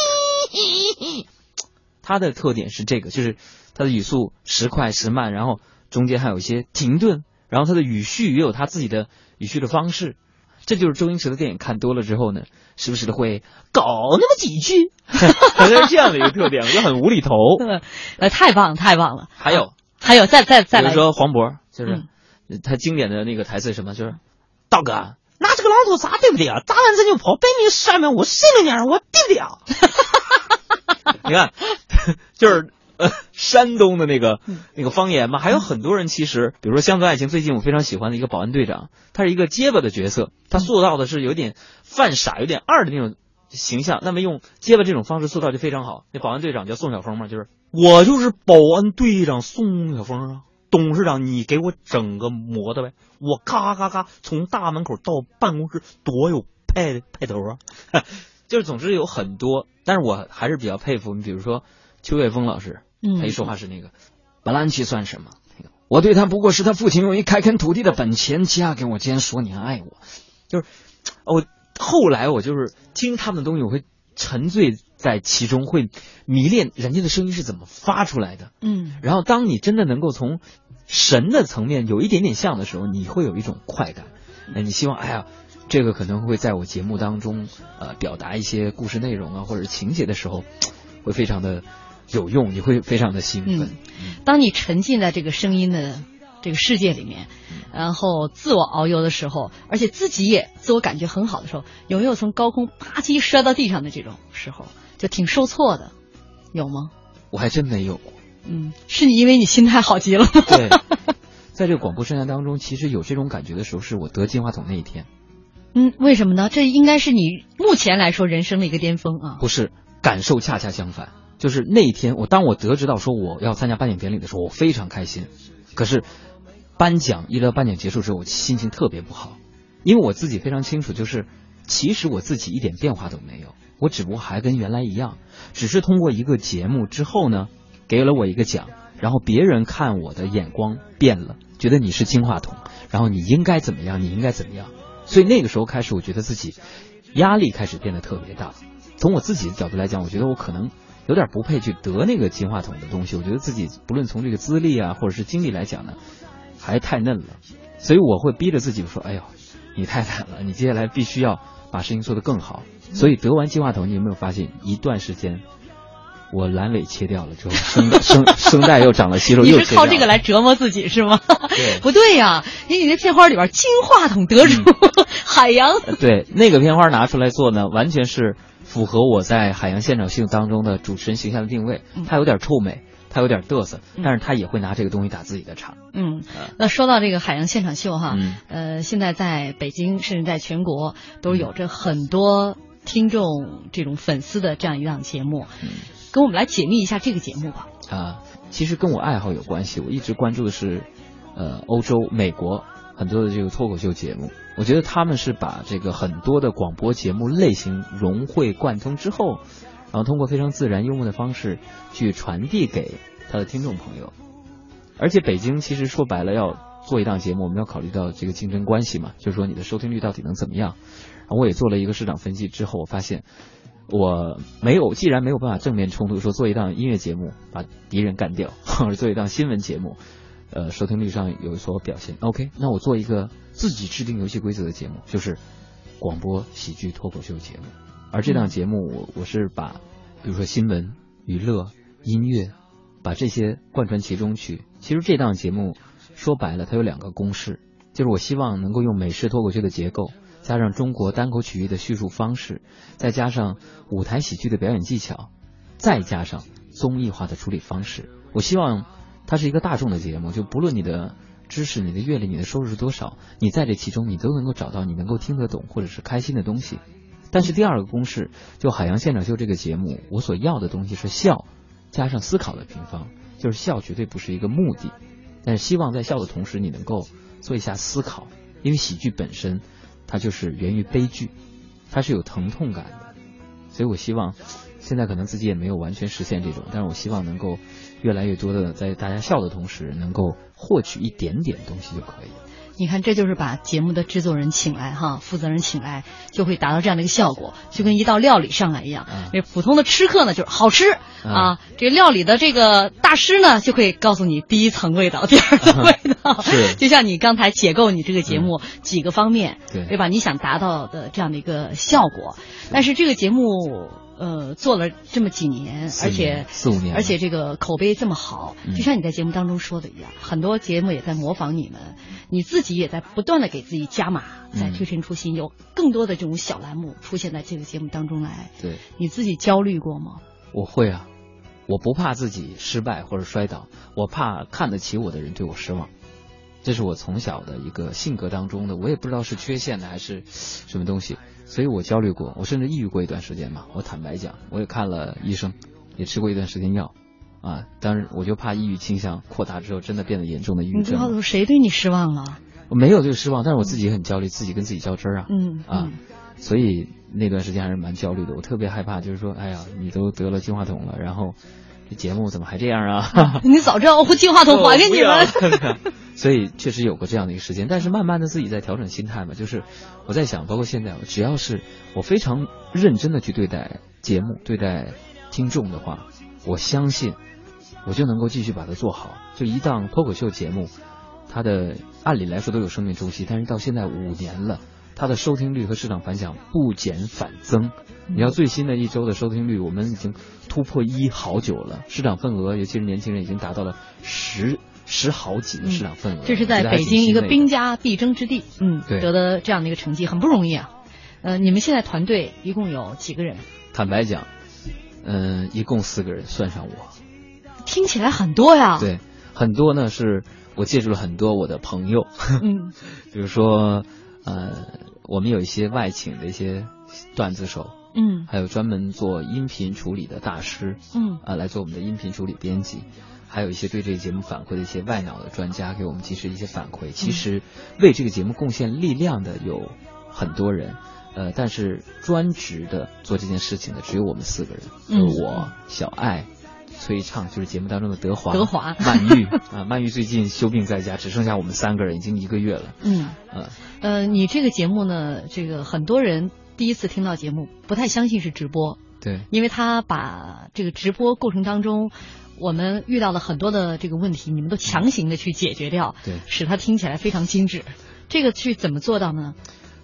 他的特点是这个，就是他的语速时快时慢，然后中间还有一些停顿，然后他的语序也有他自己的语序的方式。这就是周星驰的电影看多了之后呢，时不时的会搞那么几句，好像是这样的一个特点，就很无厘头。 呃，太棒了，太棒了。 还有。 还有再再再来， 比如说黄渤，就是、嗯、他经典的那个台词什么，就是道哥拿这个榔头砸对不对啊？砸完这就跑，背面上面我心里面我对不对啊？你看，就是呃山东的那个那个方言嘛，还有很多人其实，比如说《乡村爱情》，最近我非常喜欢的一个保安队长，他是一个结巴的角色，他塑造的是有点犯傻、有点二的那种形象，那么用结巴这种方式塑造就非常好。那保安队长叫宋晓峰嘛，就是我就是保安队长宋晓峰啊，董事长你给我整个摩托呗，我咔咔咔从大门口到办公室多有派派头啊，就是总之有很多，但是我还是比较佩服你，比如说邱岳峰老师，他一说话是那个、嗯、白兰奇算什么？我对他不过是他父亲用一开垦土地的本钱嫁给我，竟然说你爱我，就是我。后来我就是听他们的东西，我会沉醉在其中，会迷恋人家的声音是怎么发出来的。 嗯， 然后当你真的能够从神的层面有一点点像的时候，你会有一种快感。哎，你希望，哎呀，这个可能会在我节目当中，呃，表达一些故事内容啊，或者情节的时候，会非常的有用，你会非常的兴奋。 嗯，当你沉浸在这个声音的这个世界里面，然后自我遨游的时候，而且自己也自我感觉很好的时候，有没有从高空啪叽摔到地上的这种时候，就挺受挫的，有吗？ 我还真没有过。 嗯，是你因为你心态好极了。 对，在这个广播生涯当中，其实有这种感觉的时候，是我得金话筒那一天。 嗯，为什么呢？这应该是你目前来说人生的一个巅峰啊。 不是，感受恰恰相反，就是那一天，我当我得知到说我要参加颁奖典礼的时候，我非常开心。可是颁奖一直到颁奖结束之后，我心情特别不好，因为我自己非常清楚，就是其实我自己一点变化都没有，我只不过还跟原来一样，只是通过一个节目之后呢，给了我一个奖，然后别人看我的眼光变了，觉得你是金话筒，然后你应该怎么样，你应该怎么样，所以那个时候开始，我觉得自己压力开始变得特别大。从我自己的角度来讲，我觉得我可能有点不配去得那个金话筒的东西，我觉得自己不论从这个资历啊或者是经历来讲呢，还太嫩了，所以我会逼着自己说，哎呀， 你太惨了，你接下来必须要把事情做得更好。所以得完金话筒，你有没有发现一段时间我阑尾切掉了之后，声声声带又长了息肉， 你又是靠这个来折磨自己是吗？ 对， 不对呀，因为你那片花里边金话筒得主、嗯、海洋， 对，那个片花拿出来做呢，完全是符合我在海洋现场秀当中的主持人形象的定位，它有点臭美。他有点嘚瑟，但是他也会拿这个东西打自己的场。 嗯，那说到这个海洋现场秀哈，嗯、呃，现在在北京甚至在全国都有着很多听众这种粉丝的这样一档节目，嗯、跟我们来解密一下这个节目吧。 啊，其实跟我爱好有关系，我一直关注的是呃欧洲、美国很多的这个脱口秀节目，我觉得他们是把这个很多的广播节目类型融会贯通之后。然后通过非常自然幽默的方式去传递给他的听众朋友，而且北京其实说白了要做一档节目，我们要考虑到这个竞争关系嘛，就是说你的收听率到底能怎么样。然后我也做了一个市场分析之后，我发现我没有，既然没有办法正面冲突，说做一档音乐节目把敌人干掉，或者做一档新闻节目，呃，收听率上有所表现。OK， 那我做一个自己制定游戏规则的节目，就是广播喜剧脱口秀节目。而这档节目我我是把比如说新闻、娱乐、音乐把这些贯穿其中去。其实这档节目说白了它有两个公式，就是我希望能够用美式脱口秀的结构，加上中国单口曲艺的叙述方式，再加上舞台喜剧的表演技巧，再加上综艺化的处理方式。我希望它是一个大众的节目，就不论你的知识、你的阅历、你的收入是多少，你在这其中你都能够找到你能够听得懂或者是开心的东西。但是第二个公式，就海洋现场秀这个节目，我所要的东西是笑加上思考的平方，就是笑绝对不是一个目的，但是希望在笑的同时你能够做一下思考，因为喜剧本身它就是源于悲剧，它是有疼痛感的，所以我希望现在可能自己也没有完全实现这种，但是我希望能够越来越多的在大家笑的同时能够获取一点点东西就可以了。 你看，这就是把节目的制作人请来哈，负责人请来，就会达到这样的一个效果，就跟一道料理上来一样。这、嗯、普通的吃客呢，就是好吃、嗯、啊，这个料理的这个大师呢，就会告诉你第一层味道、第二层味道。嗯、是，就像你刚才解构你这个节目几个方面， 对、嗯， 对吧？你想达到的这样的一个效果，但是这个节目。呃，做了这么几年，而且四五年， 而且这个口碑这么好，嗯、就像你在节目当中说的一样，很多节目也在模仿你们，你自己也在不断的给自己加码，在推陈出新，嗯、有更多的这种小栏目出现在这个节目当中来。 对， 你自己焦虑过吗？ 我会啊，我不怕自己失败或者摔倒，我怕看得起我的人对我失望。这是我从小的一个性格当中的，我也不知道是缺陷的还是什么东西，所以我焦虑过，我甚至抑郁过一段时间嘛。我坦白讲，我也看了医生，也吃过一段时间药，啊，当然我就怕抑郁倾向扩大之后真的变得严重的抑郁症。 你告诉我谁对你失望了？ 我没有这个失望，但是我自己很焦虑，自己跟自己较真啊， 嗯啊， 嗯所以那段时间还是蛮焦虑的。我特别害怕，就是说，哎呀，你都得了金话筒了，然后这节目怎么还这样啊？ 你早知道我金话筒还给你们。 所以确实有过这样的一个时间，但是慢慢的自己在调整心态嘛，就是我在想，包括现在，只要是我非常认真的去对待节目、对待听众的话，我相信我就能够继续把它做好。就一档脱口秀节目，它的按理来说都有生命周期，但是到现在五年了，它的收听率和市场反响不减反增。你要最新的一周的收听率，我们已经突破一好久了，市场份额，尤其是年轻人已经达到了十。十好几的市场份额、 嗯，这是在北京一个兵家必争之地，嗯， 对， 得的这样的一个成绩很不容易啊。呃，你们现在团队一共有几个人？ 坦白讲，嗯、呃，一共四个人，算上我。 听起来很多呀。 对，很多呢，是我借助了很多我的朋友， 嗯， 比如说，呃，我们有一些外请的一些段子手， 嗯， 还有专门做音频处理的大师， 嗯， 啊、呃，来做我们的音频处理编辑。还有一些对这个节目反馈的一些外脑的专家给我们及时一些反馈。其实为这个节目贡献力量的有很多人，呃，但是专职的做这件事情的只有我们四个人， 嗯， 就是我、小爱、崔畅，就是节目当中的德华、 德华、 曼玉啊，曼玉最近休病在家，只剩下我们三个人，已经一个月了。 嗯呃呃，你这个节目呢，这个很多人第一次听到节目不太相信是直播， 对， 因为他把这个直播过程当中。我们遇到了很多的这个问题，你们都强行的去解决掉， 对， 使它听起来非常精致。这个去怎么做到呢？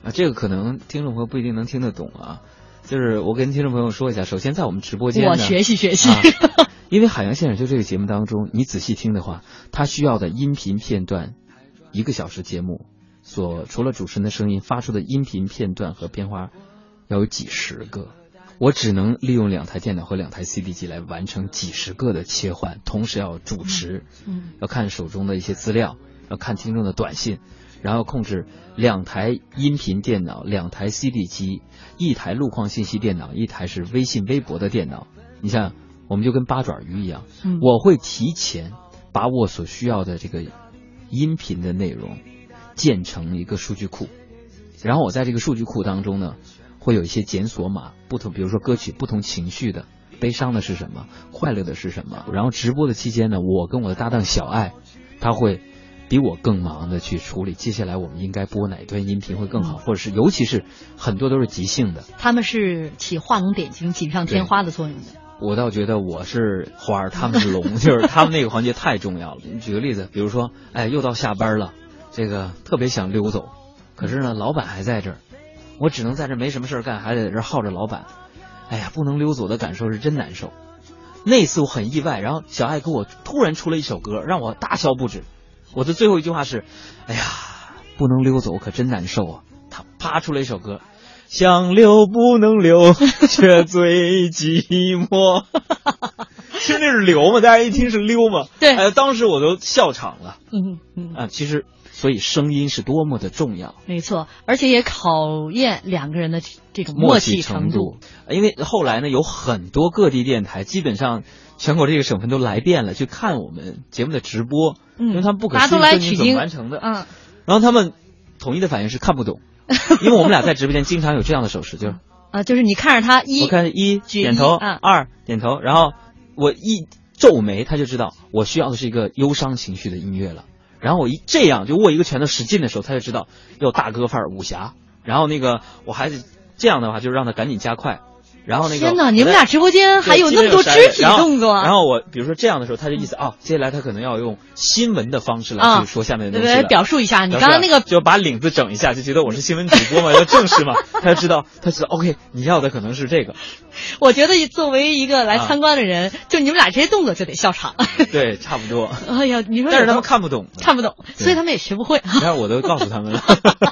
啊，这个可能听众朋友不一定能听得懂啊。就是我跟听众朋友说一下，首先在我们直播间呢， 我学习学习。 啊因为海洋现场秀这个节目当中，你仔细听的话，它需要的音频片段，一个小时节目所除了主持人的声音发出的音频片段和片花，要有几十个。我只能利用两台电脑和两台 C D 机来完成几十个的切换，同时要主持， 嗯， 要看手中的一些资料，要看听众的短信，然后控制两台音频电脑、两台 C D 机、一台路况信息电脑、一台是微信微博的电脑。你想，我们就跟八爪鱼一样， 嗯， 我会提前把我所需要的这个音频的内容建成一个数据库，然后我在这个数据库当中呢，会有一些检索码，不同，比如说歌曲不同情绪的，悲伤的是什么，快乐的是什么。然后直播的期间呢，我跟我的搭档小爱，他会比我更忙的去处理接下来我们应该播哪一段音频会更好，或者是尤其是很多都是即兴的， 他们是起画龙点睛、锦上添花的作用的。 我倒觉得我是花儿，他们是龙，就是他们那个环节太重要了。你举个例子，比如说，哎，又到下班了，这个特别想溜走，可是呢，老板还在这儿，我只能在这没什么事干，还得在这耗着老板。哎呀，不能溜走的感受是真难受。那次我很意外，然后小爱给我突然出了一首歌，让我大笑不止。我的最后一句话是：哎呀，不能溜走可真难受啊！他啪出了一首歌。想溜不能溜，却最寂寞。其实那是溜嘛，大家一听是溜嘛。 对， 哎，当时我都笑场了。 嗯嗯啊，其实所以声音是多么的重要。 没错，而且也考验两个人的这种默契程度。 因为后来呢，有很多各地电台，基本上全国这个省份都来遍了，去看我们节目的直播， 嗯， 因为他们不可思议你怎么完成的。 嗯， 然后他们统一的反应是看不懂。因为我们俩在直播间经常有这样的手势，就是啊，就是你看着他一， 我看一点头， 啊、 二点头，然后我一皱眉，他就知道我需要的是一个忧伤情绪的音乐了。然后我一这样就握一个拳头使劲的时候，他就知道要大哥范儿武侠。然后那个我还是这样的话，就让他赶紧加快。然后那个天哪，你们俩直播间还有那么多肢体动作、啊。 然后我比如说这样的时候，他就意思啊、哦，接下来他可能要用新闻的方式来去说下面的东西了、 啊、对对，表述一下。你刚刚那个就把领子整一下，就觉得我是新闻主播嘛，要正式嘛，他就知道，他知道 OK， 你要的可能是这个。 我觉得作为一个来参观的人，啊、就你们俩这些动作就得笑场。 对，差不多。 哎呀，你说， 但是他们看不懂， 看不懂，所以他们也学不会。 然后我都告诉他们了。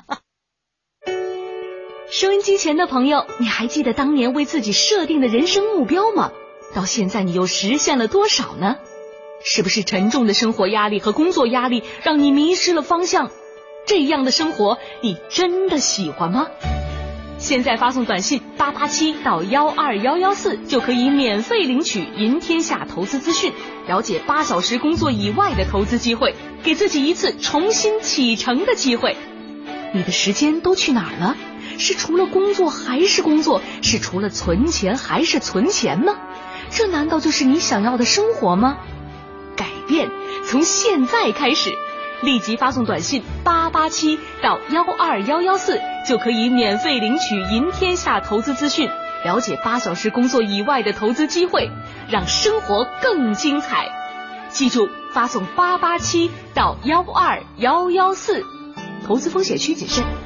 收音机前的朋友，你还记得当年为自己设定的人生目标吗？到现在你又实现了多少呢？是不是沉重的生活压力和工作压力让你迷失了方向？这样的生活你真的喜欢吗？现在发送短信八八七到幺二幺幺四就可以免费领取赢天下投资资讯，了解八小时工作以外的投资机会，给自己一次重新启程的机会。你的时间都去哪儿了？是除了工作还是工作？是除了存钱还是存钱吗？这难道就是你想要的生活吗？改变从现在开始，立即发送短信八八七到幺二幺幺四就可以免费领取赢天下投资资讯，了解八小时工作以外的投资机会，让生活更精彩。记住，发送八八七到幺二幺幺四，投资风险需谨慎。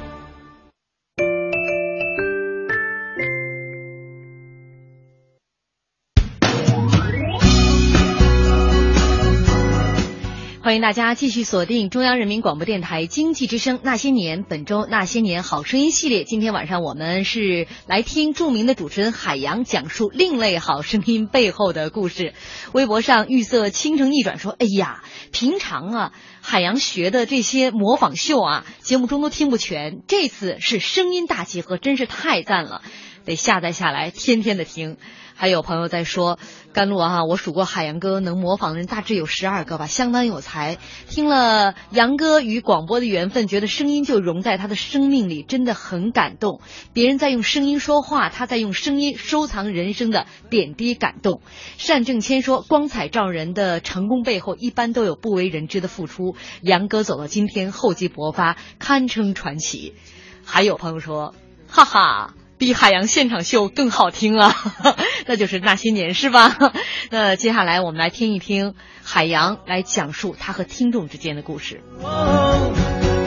欢迎大家继续锁定中央人民广播电台经济之声那些年，本周那些年好声音系列。今天晚上我们是来听著名的主持人海洋讲述另类好声音背后的故事。微博上玉色倾城逆转说，哎呀，平常啊海洋学的这些模仿秀啊节目中都听不全，这次是声音大集合，真是太赞了，得下载下来天天的听。还有朋友在说，甘露啊，我数过海洋哥能模仿的人大致有十二个吧，相当有才。听了杨哥与广播的缘分，觉得声音就融在他的生命里，真的很感动。别人在用声音说话，他在用声音收藏人生的点滴感动。单正谦说，光彩照人的成功背后，一般都有不为人知的付出。杨哥走到今天，厚积薄发，堪称传奇。还有朋友说，哈哈，比海洋现场秀更好听啊，那就是那些年，是吧？那接下来我们来听一听海洋来讲述他和听众之间的故事。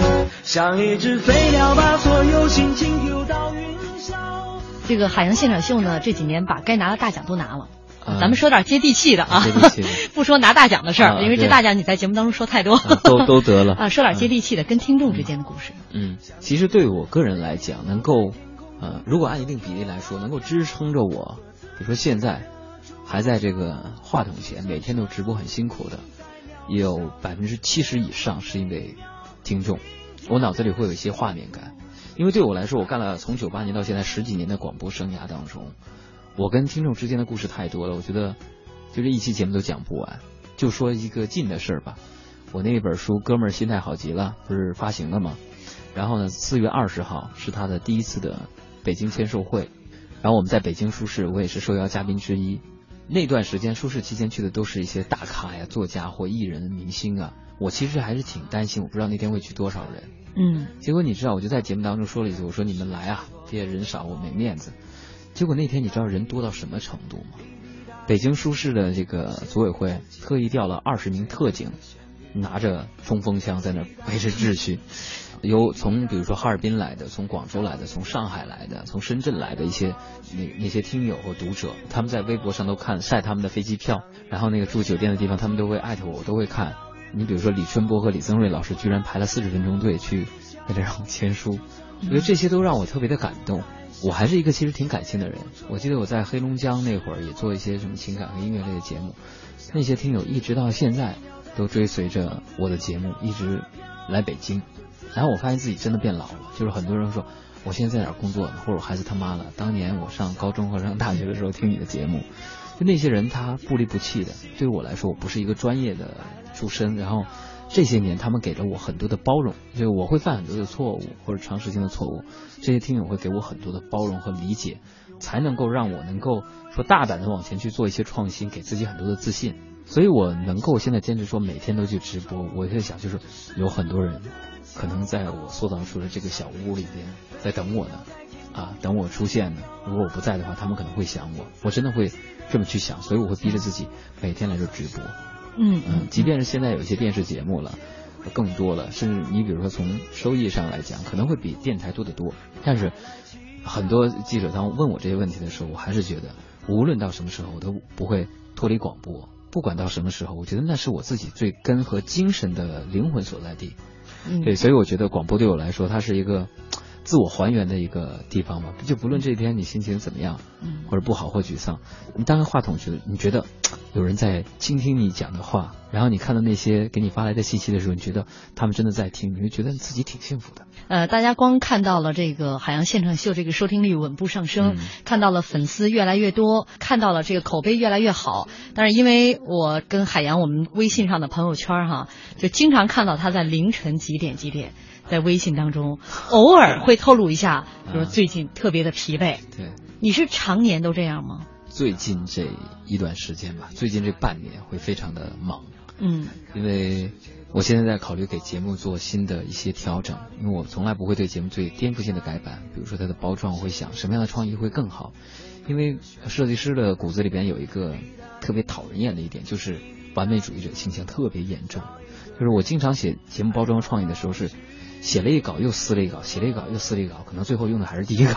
像一只飞鸟把所有心情丢到云霄。 这个海洋现场秀呢，这几年把该拿的大奖都拿了。 啊、 咱们说点接地气的啊， 接地气的不说拿大奖的事儿、 啊， 因为这大奖你在节目当中说太多， 啊、都都得了啊。说点接地气的，嗯、跟听众之间的故事。 嗯，其实对我个人来讲，能够呃，如果按一定比例来说，能够支撑着我，比如说现在还在这个话筒前每天都直播很辛苦的，有百分之七十以上是因为听众。我脑子里会有一些画面感，因为对我来说，我干了从九八年到现在十几年的广播生涯当中。我跟听众之间的故事太多了，我觉得就这一期节目都讲不完。就说一个近的事儿吧，我那本书《哥们儿心态好极了》不是发行了吗？然后呢，四月二十号是他的第一次的北京签售会，然后我们在北京书市，我也是受邀嘉宾之一。那段时间书市期间去的都是一些大咖呀、作家或艺人、明星啊，我其实还是挺担心，我不知道那天会去多少人。 嗯， 结果你知道，我就在节目当中说了一句，我说你们来啊，这些人少我没面子。结果那天你知道人多到什么程度吗？北京书市的这个组委会特意调了二十名特警，拿着冲锋枪在那维持秩序。有从比如说哈尔滨来的，从广州来的，从上海来的，从深圳来的一些那那些听友和读者，他们在微博上都看晒他们的飞机票，然后那个住酒店的地方他们都会艾特我，我都会看。你比如说李春波和李增瑞老师居然排了四十分钟队去为了让我签书，我觉得这些都让我特别的感动。我还是一个其实挺感性的人，我记得我在黑龙江那会儿也做一些什么情感和音乐类的节目，那些听友一直到现在都追随着我的节目一直来北京，然后我发现自己真的变老了，就是很多人说我现在在哪儿工作呢，或者我孩子他妈了，当年我上高中或者上大学的时候听你的节目，就那些人他不离不弃的。对于我来说，我不是一个专业的出身，然后这些年他们给了我很多的包容，就是我会犯很多的错误或者长时间的错误，这些听友会给我很多的包容和理解，才能够让我能够说大胆的往前去做一些创新，给自己很多的自信。所以我能够现在坚持说每天都去直播，我在想就是有很多人可能在我塑造出的这个小屋里边在等我呢，啊，等我出现呢。如果我不在的话，他们可能会想我，我真的会这么去想，所以我会逼着自己每天来这直播。 嗯嗯，即便是现在有一些电视节目了，更多了，甚至你比如说从收益上来讲，可能会比电台多得多。但是很多记者当问我这些问题的时候，我还是觉得，无论到什么时候，我都不会脱离广播。不管到什么时候，我觉得那是我自己最根和精神的灵魂所在地。 嗯， 对，所以我觉得广播对我来说，它是一个自我还原的一个地方嘛。就不论这一天你心情怎么样， 嗯，或者不好或沮丧，你当然话筒觉得你觉得有人在倾听你讲的话，然后你看到那些给你发来的信息的时候，你觉得他们真的在听，你会觉得自己挺幸福的。 呃，大家光看到了这个海洋现场秀这个收听率稳步上升，嗯，看到了粉丝越来越多，看到了这个口碑越来越好。但是因为我跟海洋我们微信上的朋友圈哈，就经常看到他在凌晨几点几点在微信当中偶尔会透露一下，比如最近特别的疲惫。 对， 你是常年都这样吗？ 最近这一段时间吧，最近这半年会非常的忙。 嗯， 因为我现在在考虑给节目做新的一些调整，因为我从来不会对节目做颠覆性的改版，比如说它的包装，我会想什么样的创意会更好。因为设计师的骨子里边有一个特别讨人厌的一点，就是完美主义者倾向特别严重。就是我经常写节目包装创意的时候，是写了一稿又撕了一稿，写了一稿又撕了一稿，可能最后用的还是第一稿。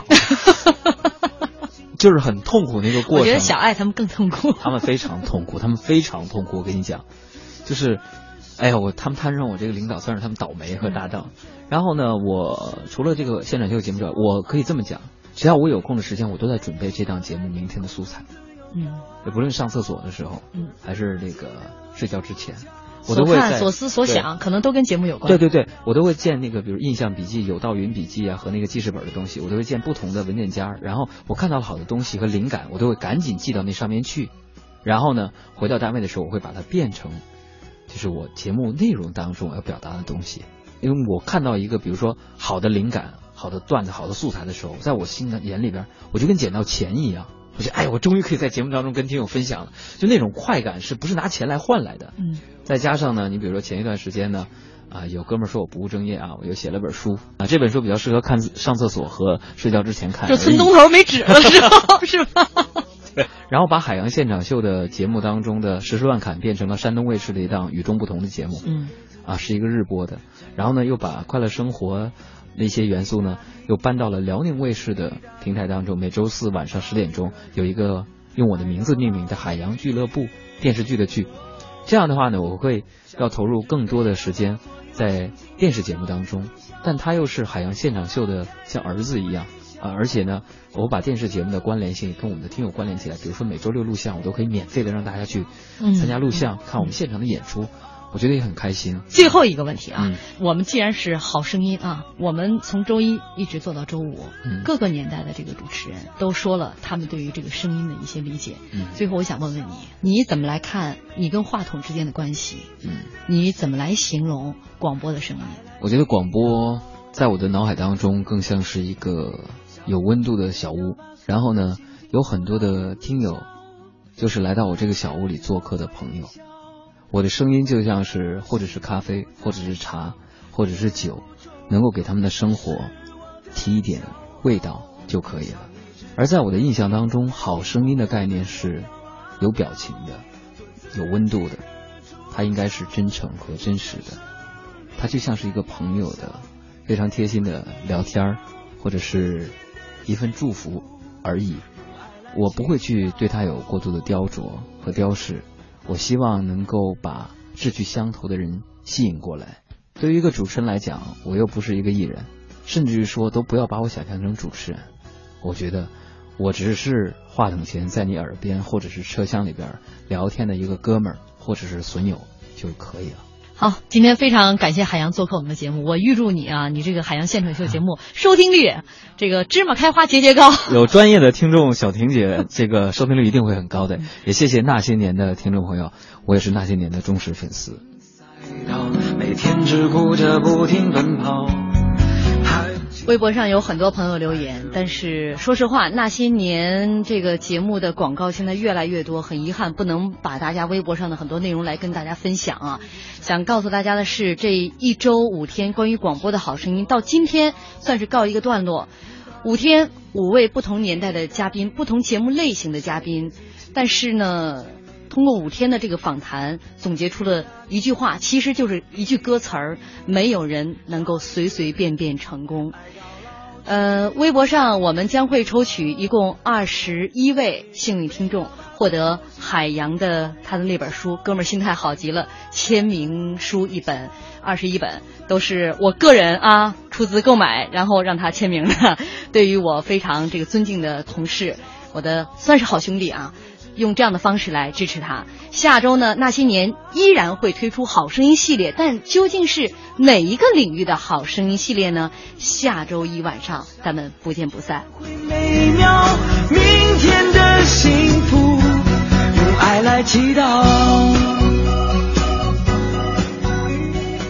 就是很痛苦那个过程。 我觉得小爱他们更痛苦， 他们非常痛苦，他们非常痛苦。我跟你讲，就是哎呀，我他们摊上我这个领导算是他们倒霉和搭档。然后呢，我除了这个现场秀节目之外，我可以这么讲，只要我有空的时间，我都在准备这档节目明天的素材。 嗯， 也不论上厕所的时候， 嗯， 还是那个睡觉之前，我都会所看所思所想，可能都跟节目有关。 对对对，我都会建那个，比如印象笔记、有道云笔记啊，和那个记事本的东西，我都会建不同的文件夹。然后我看到好的东西和灵感，我都会赶紧记到那上面去。然后呢，回到单位的时候，我会把它变成，就是我节目内容当中要表达的东西。因为我看到一个，比如说好的灵感、好的段子、好的素材的时候，在我心的眼里边，我就跟捡到钱一样。我觉得，哎，我终于可以在节目当中跟听友分享了，就那种快感，是不是拿钱来换来的？ 嗯， 再加上呢，你比如说前一段时间呢，啊，有哥们儿说我不务正业啊，我又写了本书啊，这本书比较适合看上厕所和睡觉之前看， 就村东头没纸的时候，是吧？ 对，然后把海洋现场秀的节目当中的十十万坎变成了山东卫视的一档与众不同的节目。 嗯， 啊，是一个日播的，然后呢又把快乐生活那些元素呢又搬到了辽宁卫视的平台当中，每周四晚上十点钟有一个用我的名字命名的海洋俱乐部，电视剧的剧。这样的话呢，我会要投入更多的时间在电视节目当中，但它又是海洋现场秀的像儿子一样啊，而且呢，我把电视节目的关联性跟我们的听友关联起来，比如说每周六录像，我都可以免费的让大家去参加录像，嗯、看我们现场的演出。我觉得也很开心。 最后一个问题啊， 嗯、 我们既然是好声音啊，我们从周一一直做到周五， 嗯、 各个年代的这个主持人都说了他们对于这个声音的一些理解。 嗯、 最后我想问问你，你怎么来看你跟话筒之间的关系？ 嗯， 你怎么来形容广播的声音？ 我觉得广播在我的脑海当中更像是一个有温度的小屋，然后呢，有很多的听友就是来到我这个小屋里做客的朋友。我的声音就像是或者是咖啡，或者是茶，或者是酒，能够给他们的生活提一点味道就可以了。而在我的印象当中，好声音的概念是有表情的，有温度的，它应该是真诚和真实的，它就像是一个朋友的非常贴心的聊天，或者是一份祝福而已。我不会去对它有过度的雕琢和雕饰，我希望能够把志趣相投的人吸引过来。对于一个主持人来讲，我又不是一个艺人，甚至于说都不要把我想象成主持人。我觉得我只是话筒前在你耳边或者是车厢里边聊天的一个哥们儿或者是损友就可以了。 好，今天非常感谢海洋做客我们的节目，我预祝你啊，你这个海洋现场秀节目收听率这个芝麻开花节节高。 有专业的听众小婷姐，这个收听率一定会很高的。也谢谢那些年的听众朋友，我也是那些年的忠实粉丝。 每天只顾着不停奔跑。 微博上有很多朋友留言，但是说实话，那些年这个节目的广告现在越来越多，很遗憾不能把大家微博上的很多内容来跟大家分享啊。想告诉大家的是，这一周五天关于广播的好声音到今天算是告一个段落。五天五位不同年代的嘉宾，不同节目类型的嘉宾，但是呢通过五天的这个访谈，总结出了一句话，其实就是一句歌词儿：没有人能够随随便便成功。呃，微博上我们将会抽取一共二十一位幸运听众，获得海洋的他的那本书《哥们儿心态好极了》签名书一本，二十一本都是我个人啊出资购买，然后让他签名的。对于我非常这个尊敬的同事，我的算是好兄弟啊。用这样的方式来支持他。下周呢，那些年依然会推出好声音系列，但究竟是哪一个领域的好声音系列呢？下周一晚上咱们不见不散。 每秒明天的幸福，用爱来祈祷。